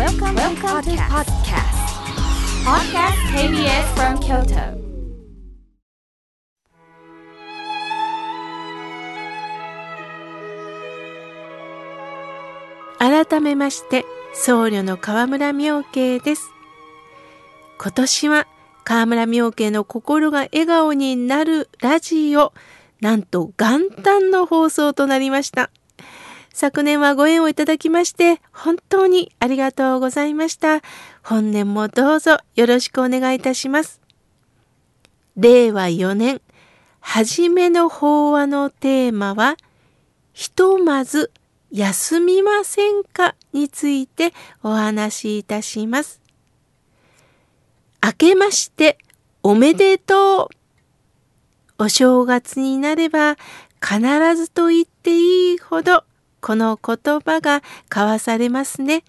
Welcome to podcast. Podcast KBS from Kyoto. 改めまして僧侶の河村妙慶です。今年は河村妙慶の心が笑顔になるラジオ、なんと元旦の放送となりました。昨年はご縁をいただきまして本当にありがとうございました。本年もどうぞよろしくお願いいたします。令和4年初めの法話のテーマは、ひとまず休みませんかについてお話しいたします。明けましておめでとう。お正月になれば必ずと言っていいほどこの言葉が交わされますね。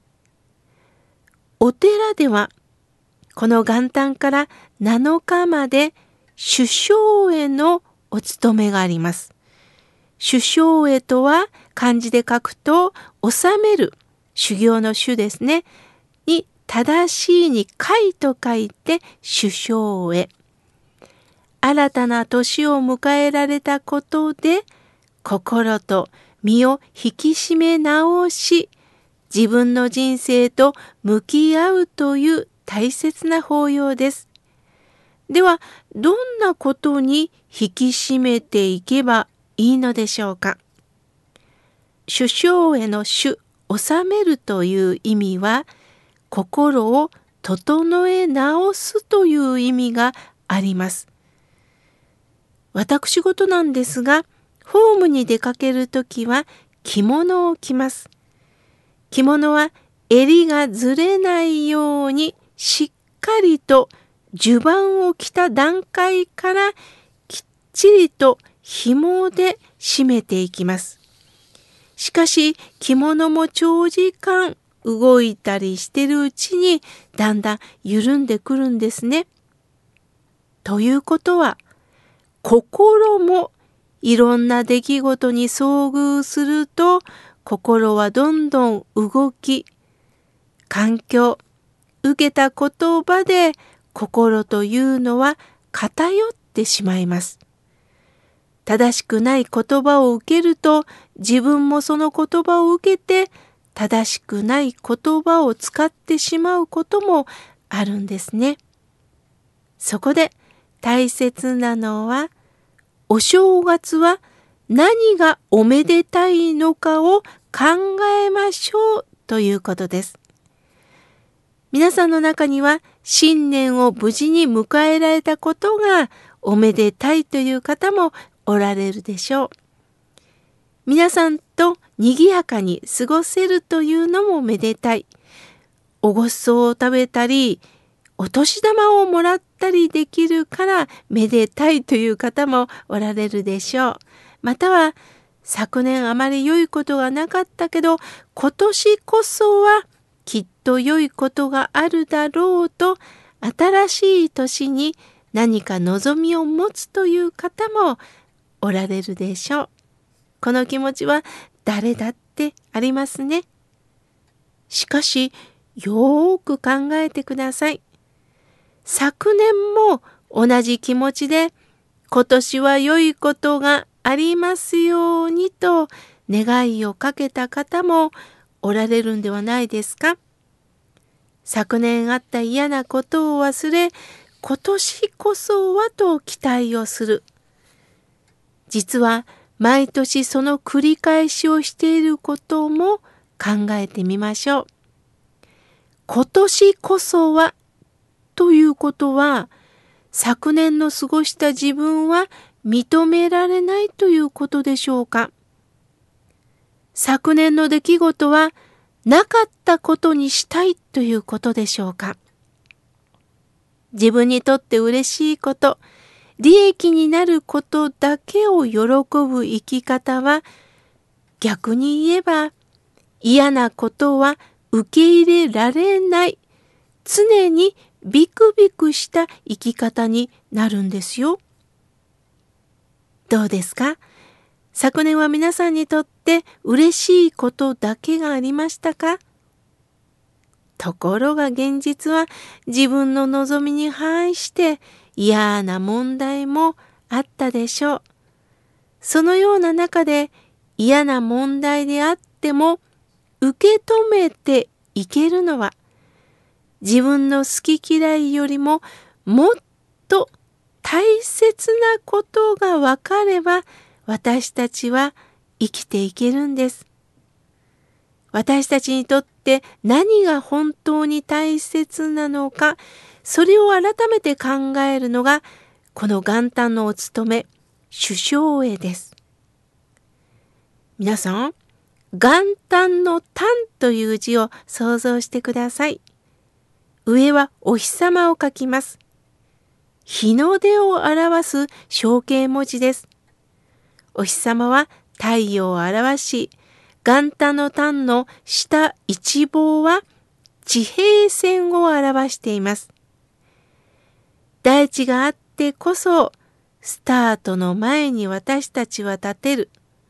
お寺ではこの元旦から7日まで修正会のお勤めがあります。修正会とは漢字で書くと収める、修行の修ですねに正しいに会と書いて修正会。新たな年を迎えられたことで心と身を引き締め直し、自分の人生と向き合うという大切な法要です。では、どんなことに引き締めていけばいいのでしょうか。修正会の修、収めるという意味は、心を整え直すという意味があります。私事なんですが、ホームに出かけるときは着物を着ます。着物は襟がずれないようにしっかりと襦袢を着た段階からきっちりと紐で締めていきます。しかし着物も長時間動いたりしてるうちにだんだん緩んでくるんですね。ということは、心もいろんな出来事に遭遇すると心はどんどん動き、環境、受けた言葉で心というのは偏ってしまいます。正しくない言葉を受けると自分もその言葉を受けて正しくない言葉を使ってしまうこともあるんですね。そこで大切なのは、お正月は何がおめでたいのかを考えましょうということです。皆さんの中には新年を無事に迎えられたことがおめでたいという方もおられるでしょう。皆さんと賑やかに過ごせるというのもめでたい。おごちそうを食べたり、お年玉をもらったりできるからめでたいという方もおられるでしょう。または昨年あまり良いことがなかったけど今年こそはきっと良いことがあるだろうと、新しい年に何か望みを持つという方もおられるでしょう。この気持ちは誰だってありますね。しかしよーく考えてください。昨年も同じ気持ちで今年は良いことがありますようにと願いをかけた方もおられるんではないですか。昨年あった嫌なことを忘れ、今年こそはと期待をする。実は毎年その繰り返しをしていることも考えてみましょう。今年こそはということは、昨年の過ごした自分は認められないということでしょうか。昨年の出来事はなかったことにしたいということでしょうか。自分にとって嬉しいこと、利益になることだけを喜ぶ生き方は、逆に言えば嫌なことは受け入れられない、常にビクビクした生き方になるんですよ。どうですか？昨年は皆さんにとって嬉しいことだけがありましたか？ ところが現実は自分の望みに反して嫌な問題もあったでしょう。そのような中で嫌な問題であっても受け止めていけるのは自分の好き嫌いよりももっと大切なことが分かれば私たちは生きていけるんです。私たちにとって何が本当に大切なのか、それを改めて考えるのがこの元旦のお勤め、主称会です。皆さん、元旦の旦という字を想像してください。上はお日様を書きます。日の出を表す象形文字です。お日様は太陽を表し、元旦の旦の下一棒は地平線を表しています。大地があってこそ、スタートの前に私たちは立てる。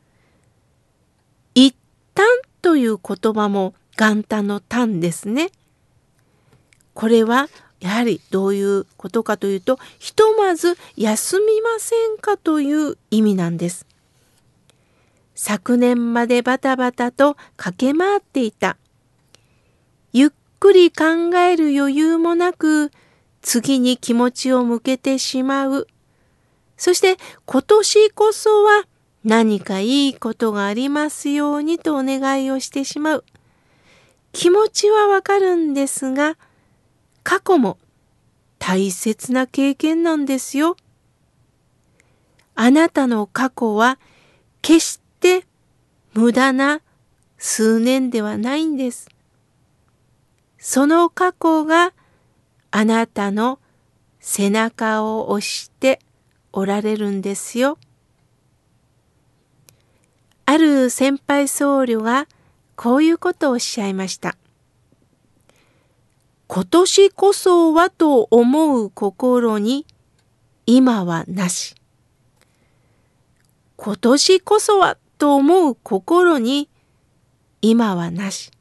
一旦という言葉も元旦の旦ですね。これはやはりどういうことかというと、ひとまず休みませんかという意味なんです。昨年までバタバタと駆け回っていた。ゆっくり考える余裕もなく、次に気持ちを向けてしまう。そして今年こそは何かいいことがありますようにとお願いをしてしまう。気持ちはわかるんですが、過去も大切な経験なんですよ。あなたの過去は決して無駄な数年ではないんです。その過去があなたの背中を押しておられるんですよ。ある先輩僧侶がこういうことをおっしゃいました。今年こそはと思う心に今はなし。今年こそはと思う心に今はなし。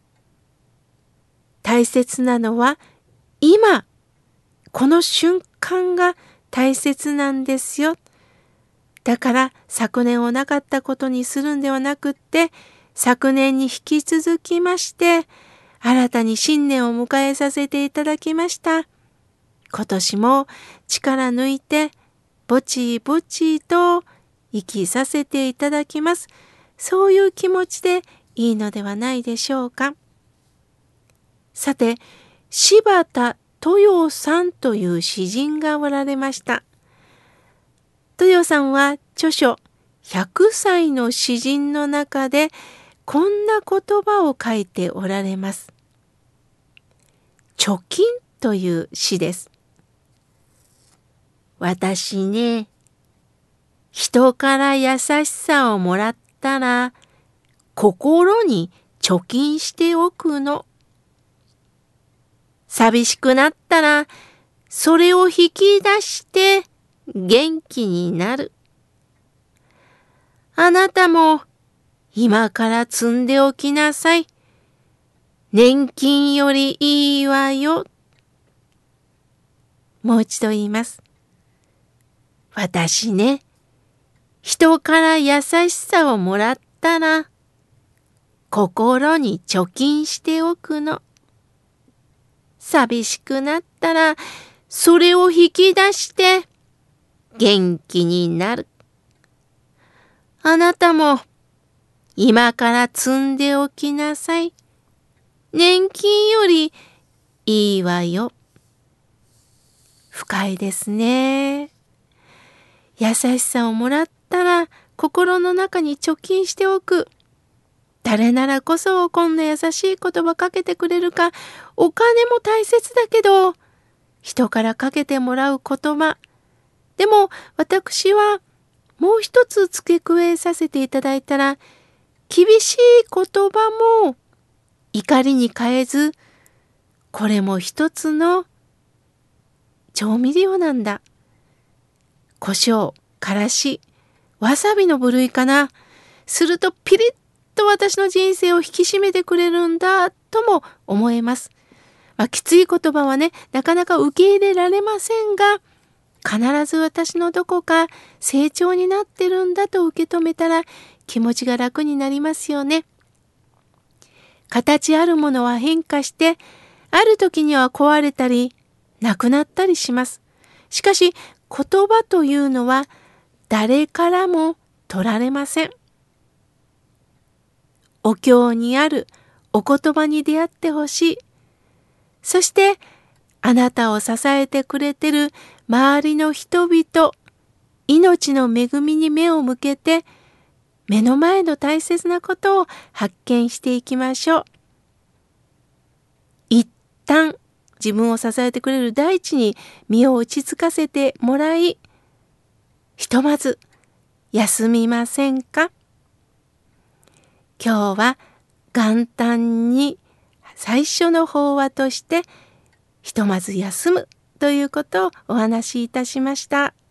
大切なのは今、この瞬間が大切なんですよ。だから昨年をなかったことにするんではなくって、昨年に引き続きまして、新たに新年を迎えさせていただきました。今年も力抜いて、ぼちぼちと生きさせていただきます。そういう気持ちでいいのではないでしょうか。さて、柴田豊さんという詩人がおられました。豊さんは著書100歳の詩人の中でこんな言葉を書いておられます。貯金という詩です。私ね、人から優しさをもらったら心に貯金しておくの。寂しくなったらそれを引き出して元気になる。あなたも今から積んでおきなさい。年金よりいいわよ。もう一度言います。私ね、人から優しさをもらったら心に貯金しておくの。寂しくなったらそれを引き出して元気になる。あなたも今から積んでおきなさい。年金よりいいわよ。深いですね。優しさをもらったら心の中に貯金しておく。誰ならこそこんな優しい言葉かけてくれるか。お金も大切だけど、人からかけてもらう言葉。でも私はもう一つ付け加えさせていただいたら、厳しい言葉も怒りに変えず、これも一つの調味料なんだ。胡椒、からし、わさびの部類かな。するとピリッと私の人生を引き締めてくれるんだとも思えます。きつい言葉はね、なかなか受け入れられませんが、必ず私のどこか成長になってるんだと受け止めたら気持ちが楽になりますよね。形あるものは変化して、ある時には壊れたり、なくなったりします。しかし、言葉というのは誰からも取られません。お経にあるお言葉に出会ってほしい。そして、あなたを支えてくれてる周りの人々、命の恵みに目を向けて、目の前の大切なことを発見していきましょう。一旦自分を支えてくれる大地に身を落ち着かせてもらい、ひとまず休みませんか？今日は元旦に最初の法話として、ひとまず休むということをお話しいたしました。